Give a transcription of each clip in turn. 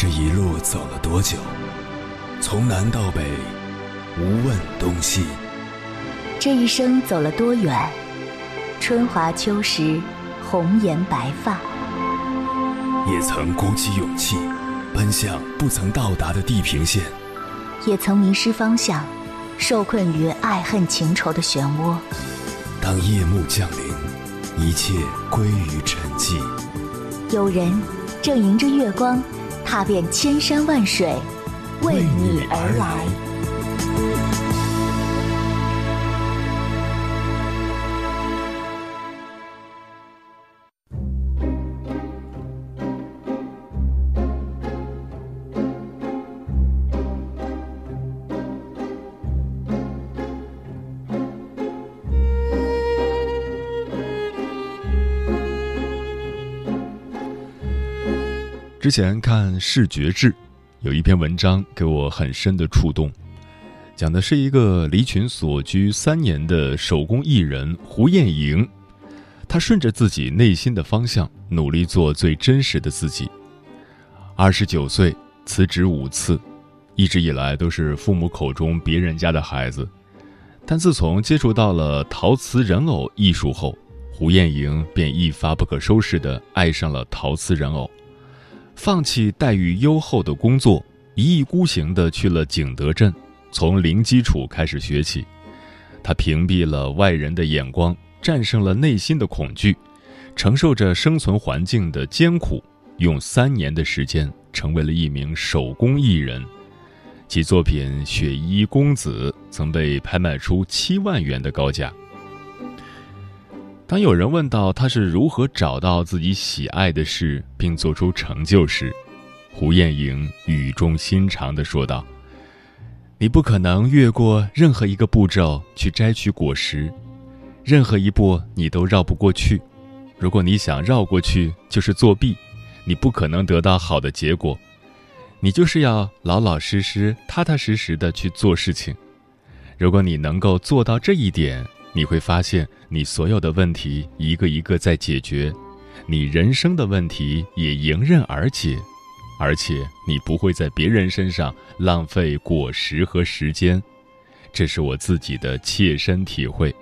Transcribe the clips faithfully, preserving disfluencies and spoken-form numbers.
这一路走了多久？从南到北，无问东西。 这一生走了多远？春华秋实，红颜白发。 也曾鼓起勇气，奔向不曾到达的地平线。 也曾迷失方向，受困于爱恨情仇的漩涡。 当夜幕降临，一切归于沉寂。 有人正迎着月光，踏遍千山万水，为你而来。 之前看视觉志，有一篇文章给我很深的触动，讲的是一个离群索居三年的手工艺人胡艳莹，她顺着自己内心的方向，努力做最真实的自己。二十九岁辞职五次，一直以来都是父母口中别人家的孩子，但自从接触到了陶瓷人偶艺术后，胡艳莹便一发不可收拾地爱上了陶瓷人偶。放弃待遇优厚的工作，一意孤行地去了景德镇，从零基础开始学起。他屏蔽了外人的眼光，战胜了内心的恐惧，承受着生存环境的艰苦，用三年的时间成为了一名手工艺人。其作品《雪衣公子》曾被拍卖出七万元的高价。当有人问到他是如何找到自己喜爱的事并做出成就时，胡艳莹语重心长地说道：你不可能越过任何一个步骤去摘取果实，任何一步你都绕不过去。如果你想绕过去，就是作弊，你不可能得到好的结果。你就是要老老实实、踏踏实实地去做事情。如果你能够做到这一点，你会发现你所有的问题一个一个在解决，你人生的问题也迎刃而解，而且你不会在别人身上浪费果实和时间。这是我自己的切身体会。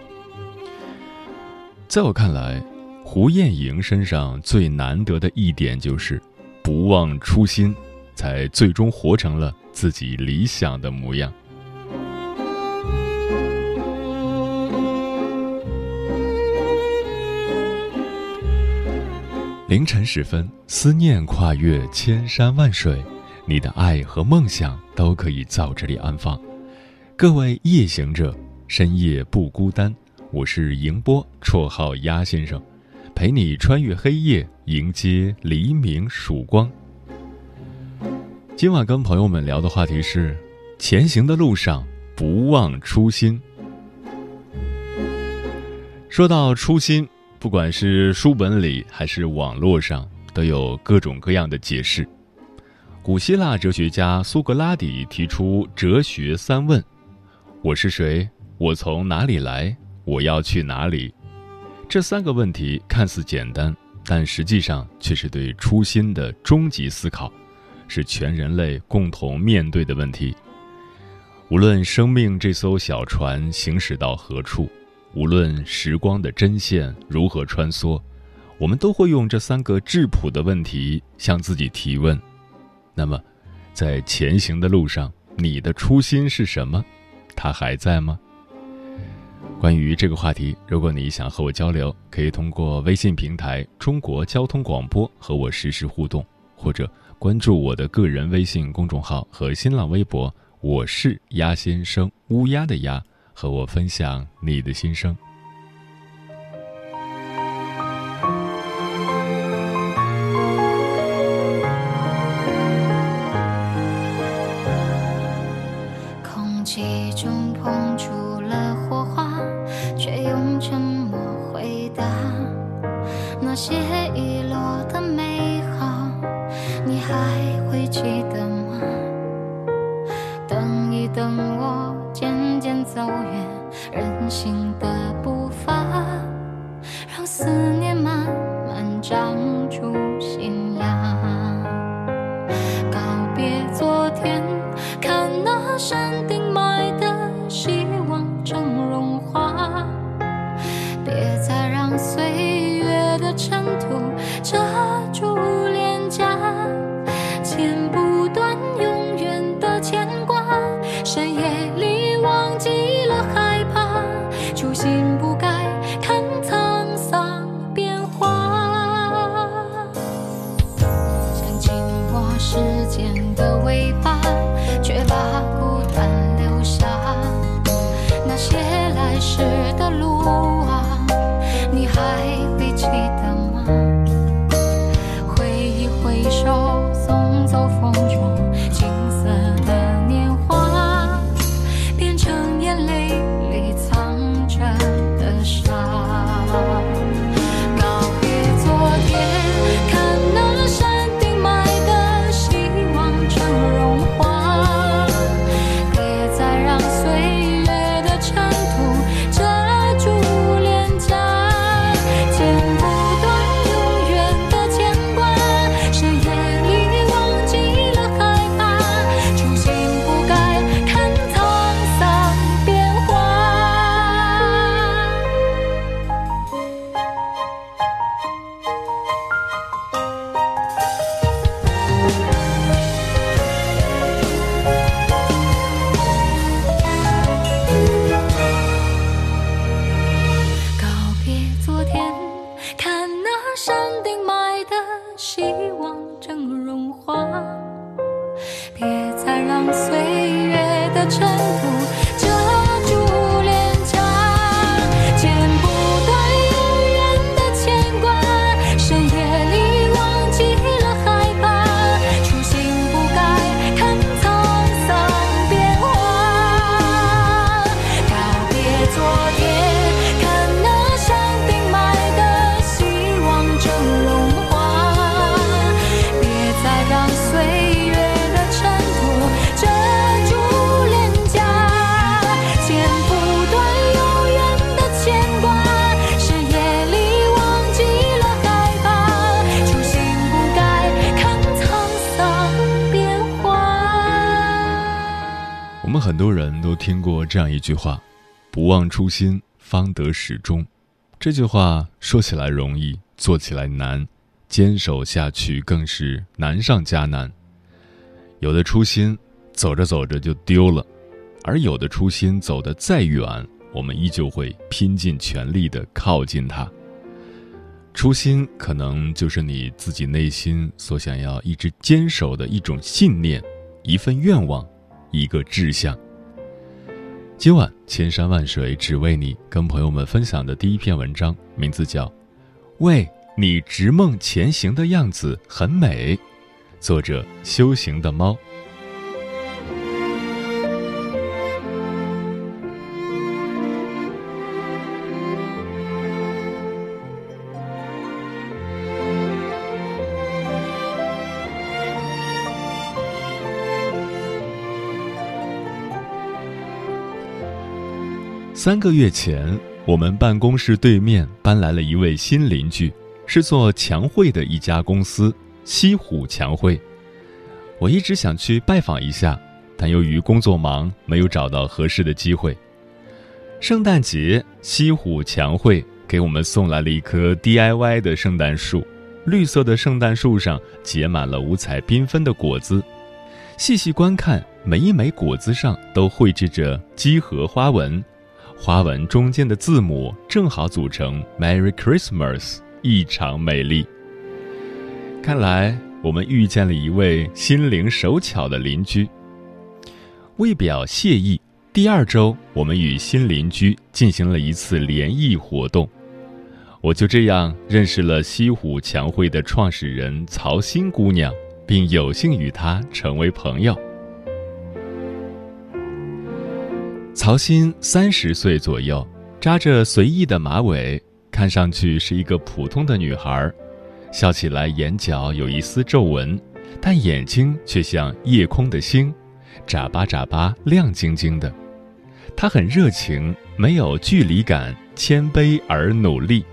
在我看来，胡艳莹身上最难得的一点就是不忘初心，才最终活成了自己理想的模样。凌晨时分，思念跨越千山万水，你的爱和梦想都可以在这里安放。各位夜行者，深夜不孤单，我是迎波，绰号鸭先生，陪你穿越黑夜，迎接黎明曙光。今晚跟朋友们聊的话题是：前行的路上不忘初心。说到初心，不管是书本里还是网络上，都有各种各样的解释。古希腊哲学家苏格拉底提出哲学三问：我是谁？我从哪里来？我要去哪里？这三个问题看似简单，但实际上却是对初心的终极思考，是全人类共同面对的问题。无论生命这艘小船行驶到何处，无论时光的针线如何穿梭，我们都会用这三个质朴的问题向自己提问。那么，在前行的路上，你的初心是什么？它还在吗？关于这个话题，如果你想和我交流，可以通过微信平台中国交通广播和我实时互动，或者关注我的个人微信公众号和新浪微博，我是鸭先生，乌鸦的鸭，和我分享你的心声。 空气中碰触了火花，却用沉默回答那些遗落的美好，你还会记得吗？等一等我渐渐走远，任性的步伐让思念慢慢长出新芽。 那山顶埋的希望正融化，别再让岁月的尘土遮住脸颊，剪不断永远的牵挂，深夜里忘记了害怕，初心不改，看沧桑变化，想紧握时间的尾巴，却把孤单留下，那些来时的路啊，你还会记得吗？挥一挥手，送走风中青涩的年华，变成眼泪里藏着的沙。告别昨天，看那山顶埋的希望正融化，别再让岁月的尘土遮住脸颊，剪不断永远的牵挂，深夜里忘记了害怕，初心不改，看沧桑变化。告别昨天，看那山顶埋的希望正融化，别再让岁月的尘土遮住脸颊，剪不断永远的牵挂，深夜里忘记了害怕，初心不改，看沧桑变化。告别昨天，看那山顶埋的希望正融化，别再让岁月的尘土遮住脸颊，剪不断永远的牵挂，深夜里忘记了害怕，初心不改，看沧桑变化。 我们很多人都听过这样一句话：不忘初心，方得始终。这句话说起来容易，做起来难，坚守下去更是难上加难。有的初心走着走着就丢了，而有的初心走得再远，我们依旧会拼尽全力地靠近它。初心可能就是你自己内心所想要一直坚守的一种信念，一份愿望，一个志向。今晚千山万水只为你，跟朋友们分享的第一篇文章名字叫《喂，你直梦前行的样子很美》，作者修行的猫。三个月前，我们办公室对面搬来了一位新邻居，是做墙绘的一家公司西虎墙绘。我一直想去拜访一下，但由于工作忙，没有找到合适的机会。圣诞节，西虎墙绘给我们送来了一棵 D I Y 的圣诞树，绿色的圣诞树上结满了五彩缤纷的果子，细细观看，每一枚果子上都绘制着几何花纹，花纹中间的字母正好组成 Merry Christmas， 异常美丽。看来我们遇见了一位心灵手巧的邻居。为表谢意，第二周我们与新邻居进行了一次联谊活动。我就这样认识了西虎墙绘的创始人曹欣姑娘，并有幸与她成为朋友。曹欣三十岁左右，扎着随意的马尾，看上去是一个普通的女孩，笑起来眼角有一丝皱纹，但眼睛却像夜空的星，眨巴眨巴亮晶晶的。她很热情，没有距离感，谦卑而努力。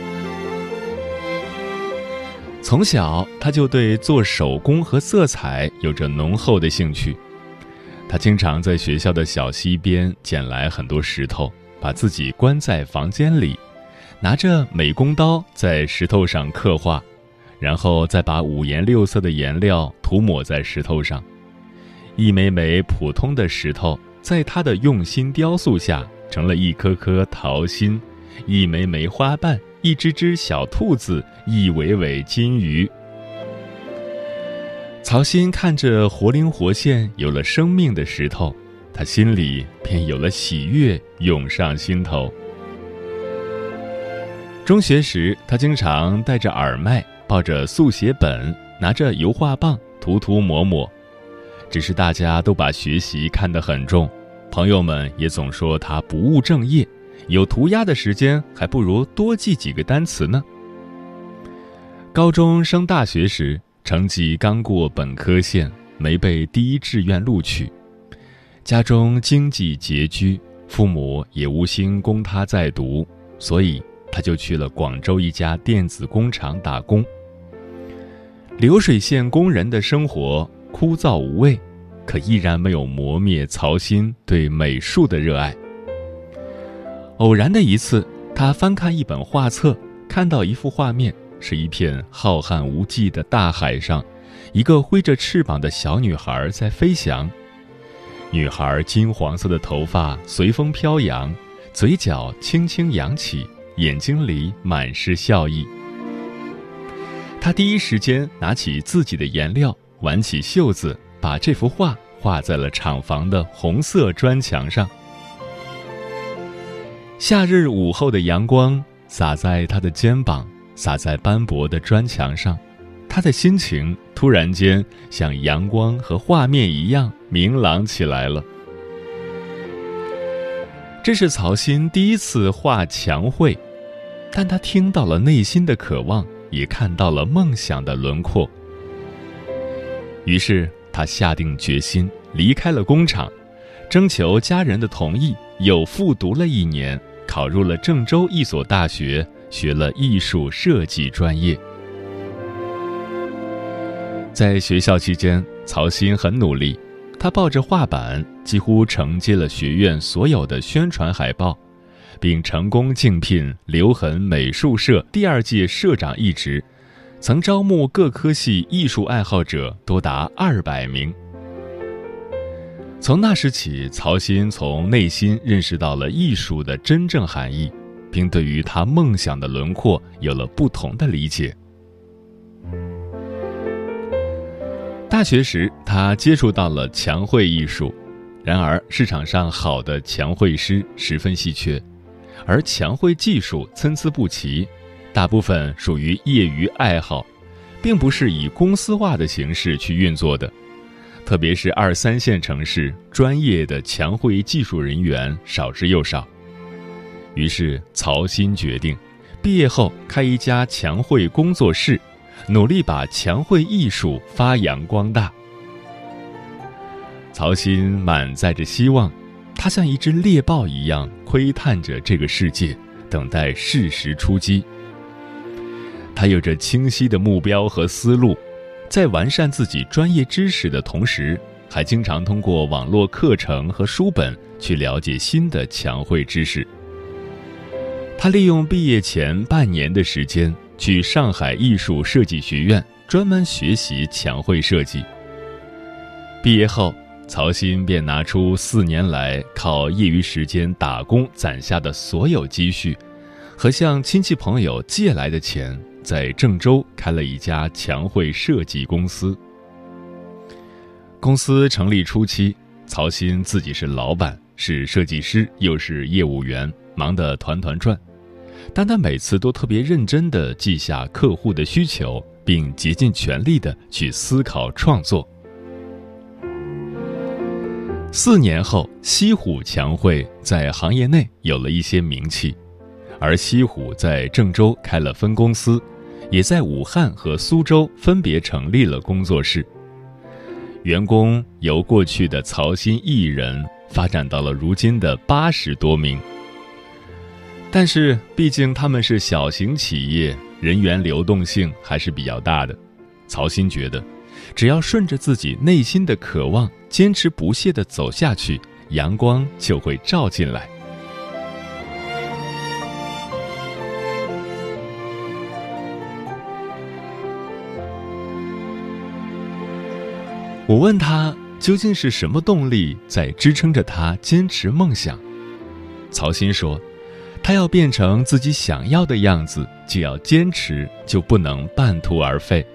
从小，她就对做手工和色彩有着浓厚的兴趣。 他经常在学校的小溪边捡来很多石头，把自己关在房间里，拿着美工刀在石头上刻画，然后再把五颜六色的颜料涂抹在石头上。一枚枚普通的石头在他的用心雕塑下成了一颗颗桃心，一枚枚花瓣，一只只小兔子，一尾尾金鱼。曹鑫看着活灵活现有了生命的石头，他心里便有了喜悦涌上心头。中学时，他经常戴着耳麦，抱着速写本，拿着油画棒涂涂抹抹。只是大家都把学习看得很重，朋友们也总说他不务正业，有涂鸦的时间还不如多记几个单词呢。高中升大学时，成绩刚过本科线，没被第一志愿录取，家中经济拮据，父母也无心供他再读，所以他就去了广州一家电子工厂打工。流水线工人的生活枯燥无味，可依然没有磨灭曹鑫对美术的热爱。偶然的一次，他翻看一本画册，看到一幅画面，是一片浩瀚无际的大海上，一个挥着翅膀的小女孩在飞翔。女孩金黄色的头发随风飘扬，嘴角轻轻扬起，眼睛里满是笑意。他第一时间拿起自己的颜料，挽起袖子，把这幅画画在了厂房的红色砖墙上。夏日午后的阳光洒在他的肩膀，洒在斑驳的砖墙上，他的心情突然间像阳光和画面一样明朗起来了。这是曹鑫第一次画墙绘，但他听到了内心的渴望，也看到了梦想的轮廓。于是他下定决心离开了工厂，征求家人的同意，又复读了一年，考入了郑州一所大学，学了艺术设计专业。在学校期间，曹鑫很努力，他抱着画板，几乎承接了学院所有的宣传海报，并成功竞聘留痕美术社第二届社长一职，曾招募各科系艺术爱好者多达二百名。从那时起，曹鑫从内心认识到了艺术的真正含义，并对于他梦想的轮廓有了不同的理解。大学时，他接触到了墙绘艺术，然而市场上好的墙绘师十分稀缺，而墙绘技术参差不齐，大部分属于业余爱好，并不是以公司化的形式去运作的。特别是二三线城市，专业的墙绘技术人员少之又少。于是曹鑫决定毕业后开一家墙绘工作室，努力把墙绘艺术发扬光大。曹鑫满载着希望，他像一只猎豹一样窥探着这个世界，等待适时出击。他有着清晰的目标和思路，在完善自己专业知识的同时，还经常通过网络课程和书本去了解新的墙绘知识。他利用毕业前半年的时间，去上海艺术设计学院专门学习墙绘设计。毕业后，曹鑫便拿出四年来靠业余时间打工攒下的所有积蓄，和向亲戚朋友借来的钱，在郑州开了一家墙绘设计公司。公司成立初期，曹鑫自己是老板，是设计师，又是业务员，忙得团团转。但他每次都特别认真地记下客户的需求，并竭尽全力地去思考创作。四年后，西湖墙绘在行业内有了一些名气，而西湖在郑州开了分公司，也在武汉和苏州分别成立了工作室。员工由过去的曹鑫一人发展到了如今的八十多名。但是毕竟他们是小型企业，人员流动性还是比较大的。曹鑫觉得只要顺着自己内心的渴望，坚持不懈地走下去，阳光就会照进来。我问他，究竟是什么动力在支撑着他坚持梦想？曹鑫说，他要变成自己想要的样子，就要坚持，就不能半途而废。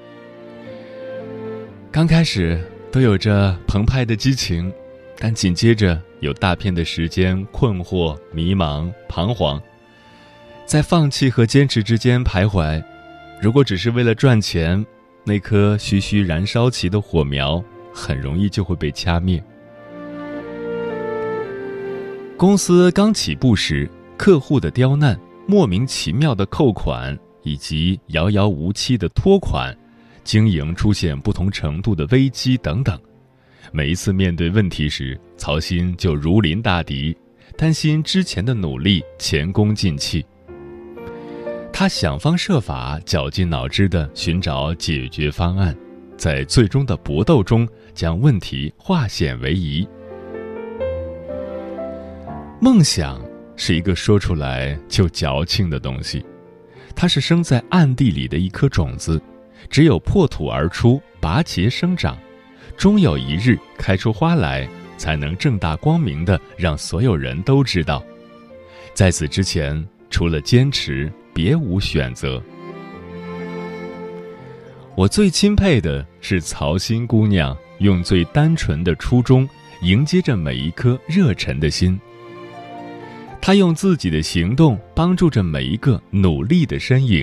刚开始都有着澎湃的激情，但紧接着有大片的时间困惑、迷茫、彷徨，在放弃和坚持之间徘徊。如果只是为了赚钱，那颗徐徐燃烧起的火苗很容易就会被掐灭。公司刚起步时，客户的刁难、莫名其妙的扣款以及遥遥无期的拖款，经营出现不同程度的危机等等。每一次面对问题时，曹鑫就如临大敌，担心之前的努力前功尽弃。他想方设法，绞尽脑汁地寻找解决方案，在最终的搏斗中将问题化险为夷。梦想是一个说出来就矫情的东西，它是生在暗地里的一颗种子，只有破土而出，拔节生长，终有一日开出花来，才能正大光明地让所有人都知道。在此之前，除了坚持，别无选择。我最钦佩的是曹鑫姑娘用最单纯的初衷迎接着每一颗热忱的心。她用自己的行动帮助着每一个努力的身影。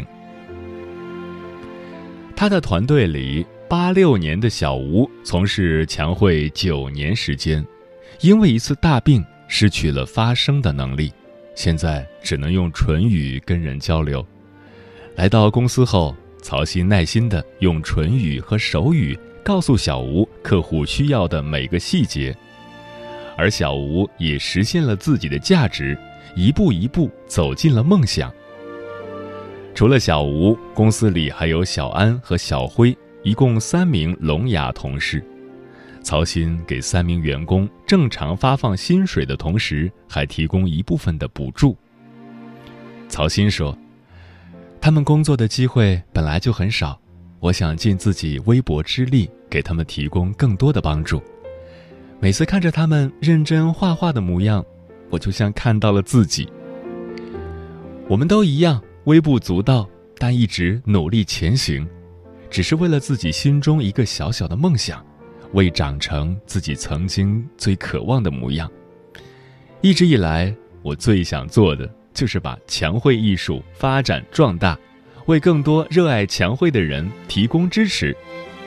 她的团队里，八六年的小吴从事强汇九年时间，因为一次大病失去了发声的能力，现在只能用唇语跟人交流。来到公司后，曹鑫耐心地用唇语和手语告诉小吴客户需要的每个细节，而小吴也实现了自己的价值，一步一步走进了梦想。除了小吴，公司里还有小安和小辉，一共三名聋哑同事。曹鑫给三名员工正常发放薪水的同时，还提供一部分的补助。曹鑫说，他们工作的机会本来就很少，我想尽自己微薄之力给他们提供更多的帮助。每次看着他们认真画画的模样，我就像看到了自己。我们都一样，微不足道，但一直努力前行，只是为了自己心中一个小小的梦想，为长成自己曾经最渴望的模样。一直以来，我最想做的就是把强汇艺术发展壮大，为更多热爱强汇的人提供支持。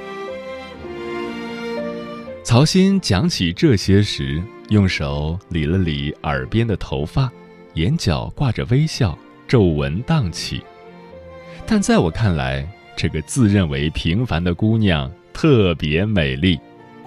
曹鑫讲起这些时，用手理了理耳边的头发，眼角挂着微笑，皱纹荡起。但在我看来，这个自认为平凡的姑娘特别美丽。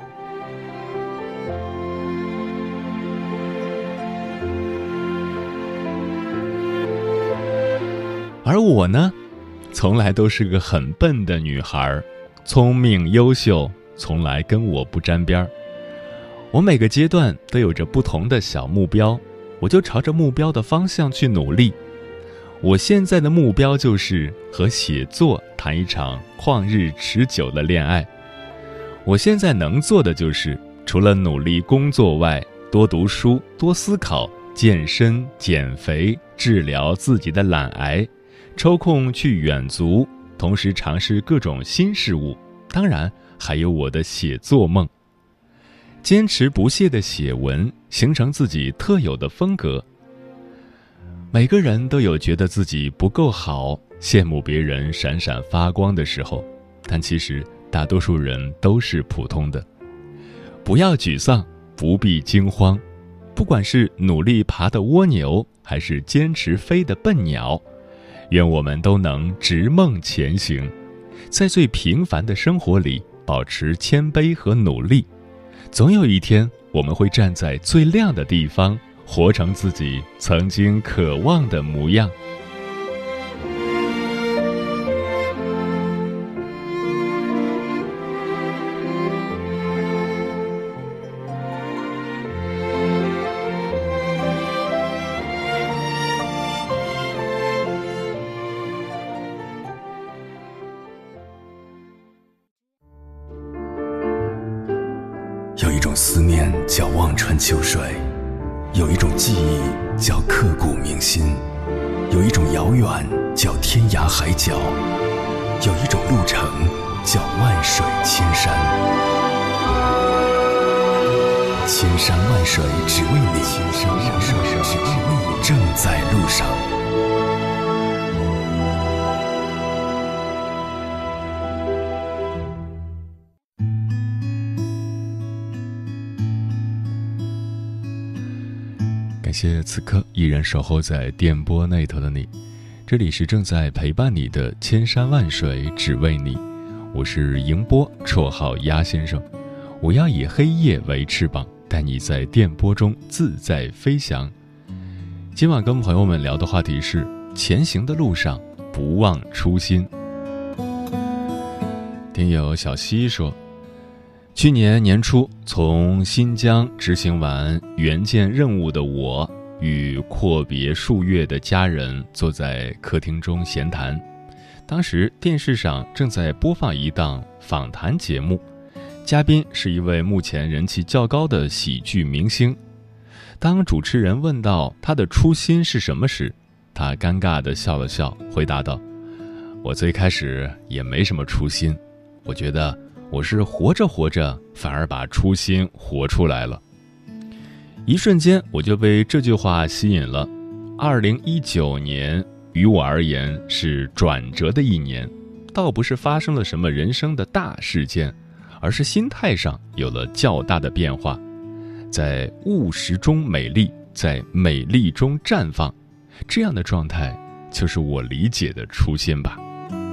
而我呢，从来都是个很笨的女孩，聪明优秀，从来跟我不沾边儿。我每个阶段都有着不同的小目标，我就朝着目标的方向去努力。我现在的目标就是和写作谈一场旷日持久的恋爱。我现在能做的就是，除了努力工作外，多读书，多思考，健身、减肥，治疗自己的懒癌，抽空去远足，同时尝试各种新事物，当然还有我的写作梦。坚持不懈地写文，形成自己特有的风格。每个人都有觉得自己不够好，羡慕别人闪闪发光的时候，但其实大多数人都是普通的。不要沮丧，不必惊慌，不管是努力爬的蜗牛，还是坚持飞的笨鸟，愿我们都能直梦前行，在最平凡的生活里保持谦卑和努力。总有一天，我们会站在最亮的地方，活成自己曾经渴望的模样。 种思念叫望穿秋水，有一种记忆叫刻骨铭心，有一种遥远叫天涯海角，有一种路程叫万水千山。千山万水只为你，千山万水只为你，正在路上。 感谢此刻依然守候在电波那头的你，这里是正在陪伴你的千山万水只为你，我是迎波，绰号鸭先生。我要以黑夜为翅膀，带你在电波中自在飞翔。今晚跟朋友们聊的话题是前行的路上不忘初心。听友小西说，去年年初从新疆执行完援建任务的我，与阔别数月的家人坐在客厅中闲谈。当时电视上正在播放一档访谈节目，嘉宾是一位目前人气较高的喜剧明星。当主持人问到他的初心是什么时，他尴尬地笑了笑，回答道：我最开始也没什么初心，我觉得我是活着活着反而把初心活出来了。一瞬间我就被这句话吸引了。二零一九年于我而言是转折的一年，倒不是发生了什么人生的大事件，而是心态上有了较大的变化。在务实中美丽，在美丽中绽放，这样的状态就是我理解的初心吧。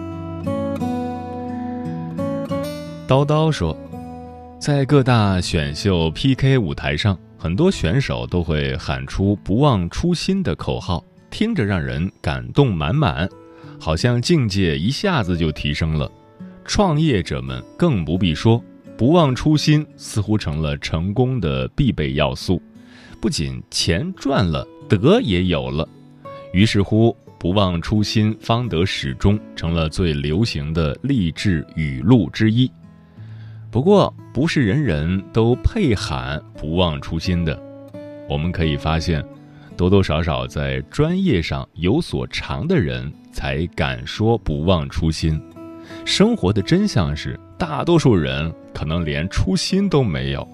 叨叨说，在各大选秀 P K 舞台上，很多选手都会喊出不忘初心的口号，听着让人感动满满，好像境界一下子就提升了。创业者们更不必说，不忘初心似乎成了成功的必备要素，不仅钱赚了，德也有了。于是乎，不忘初心方得始终成了最流行的励志语录之一。不过不是人人都配喊不忘初心的，我们可以发现，多多少少在专业上有所长的人才敢说不忘初心。生活的真相是，大多数人可能连初心都没有。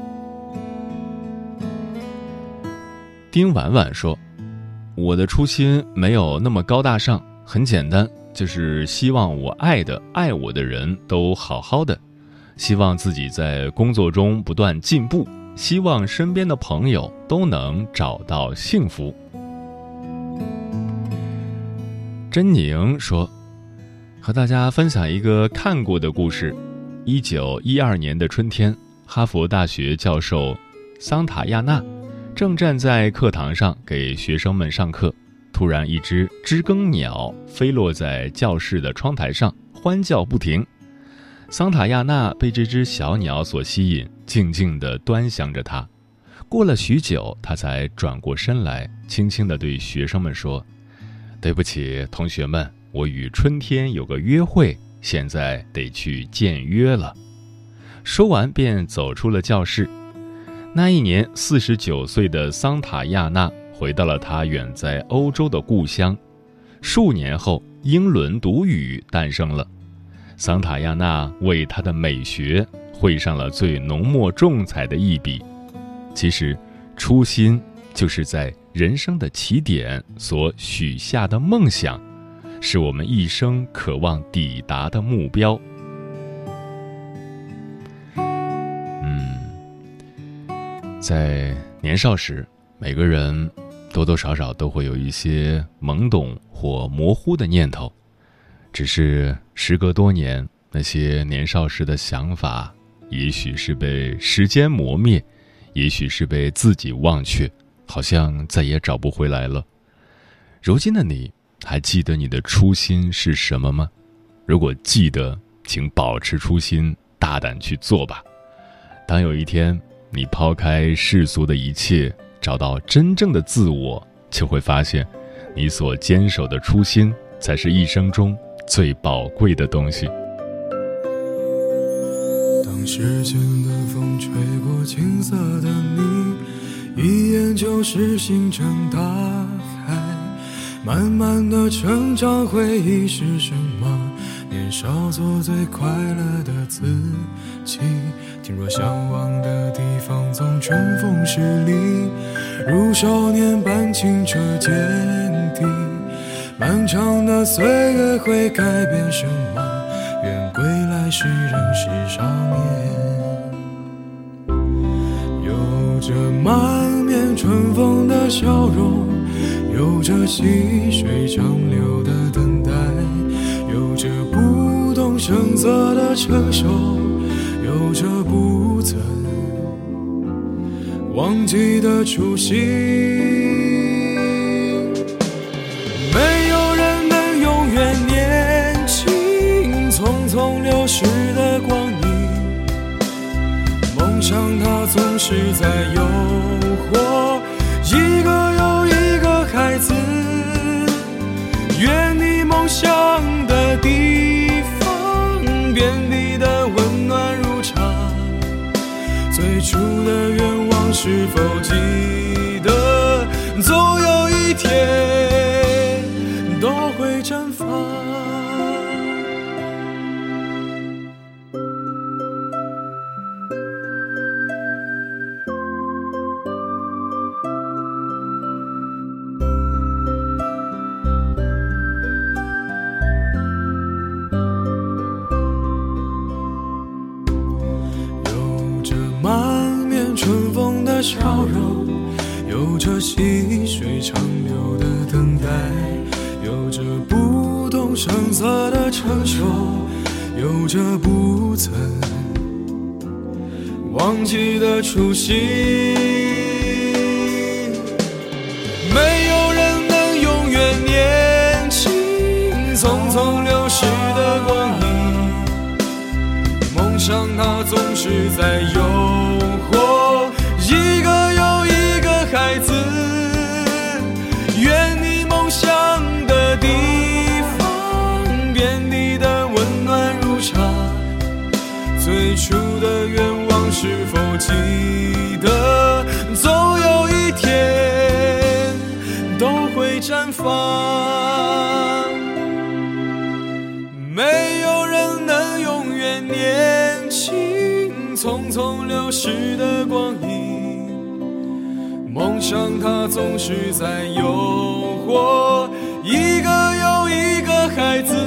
丁婉婉说，我的初心没有那么高大上，很简单，就是希望我爱的爱我的人都好好的，希望自己在工作中不断进步，希望身边的朋友都能找到幸福。甄宁说，和大家分享一个看过的故事。一九一二年的春天，哈佛大学教授桑塔亚纳正站在课堂上给学生们上课，突然一只知更鸟飞落在教室的窗台上，欢叫不停。桑塔亚纳被这只小鸟所吸引，静静地端详着它。过了许久，他才转过身来，轻轻地对学生们说：对不起，同学们，我与春天有个约会，现在得去见约了。说完便走出了教室。那一年四十九岁的桑塔亚纳回到了他远在欧洲的故乡。数年后，英伦独语诞生了。桑塔亚纳为他的美学绘上了最浓墨重彩的一笔。其实，初心就是在人生的起点所许下的梦想，是我们一生渴望抵达的目标。嗯，在年少时，每个人多多少少都会有一些懵懂或模糊的念头，只是时隔多年，那些年少时的想法，也许是被时间磨灭，也许是被自己忘却，好像再也找不回来了。如今的你，还记得你的初心是什么吗？如果记得，请保持初心，大胆去做吧。当有一天你抛开世俗的一切，找到真正的自我，就会发现你所坚守的初心才是一生中最宝贵的东西。 当时间的风吹过青涩的你，一眼就是星辰大海。慢慢的成长，回忆是什么？年少做最快乐的自己。听若向往的地方总春风十里，如少年般清澈坚定。漫长的岁月会改变什么？愿归来时仍是少年。有着满面春风的笑容，有着细水长流的等待，有着不动声色的成熟，有着不曾忘记的初心。没有人能永远年轻，匆匆流逝的光阴，梦想它总是在诱惑一个又一个孩子。愿你梦想的地方，遍地的温暖如茶。最初的愿望是否记得，总有一天都会绽放。春风的笑容，有着细水长流的等待，有着不动声色的成熟，有着不曾忘记的初心。没有人能永远年轻，匆匆流逝的光阴，梦想它总是在诱惑一个又一个孩子。愿你梦想的地方，遍地的温暖如茶。最初的愿望是否记得，总有一天都会绽放。没有人能永远年轻，匆匆流逝的光阴，梦想它总是在诱惑一个又一个孩子。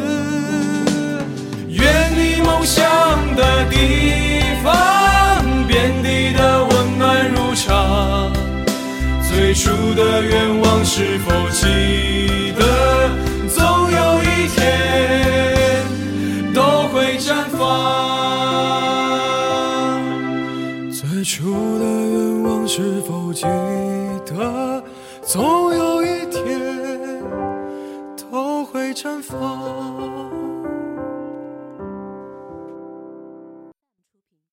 愿你梦想的地方，遍地的温暖如茶。最初的愿望是否记得，总有一天都会绽放。最初的愿望是否记得，总有一天都会绽放。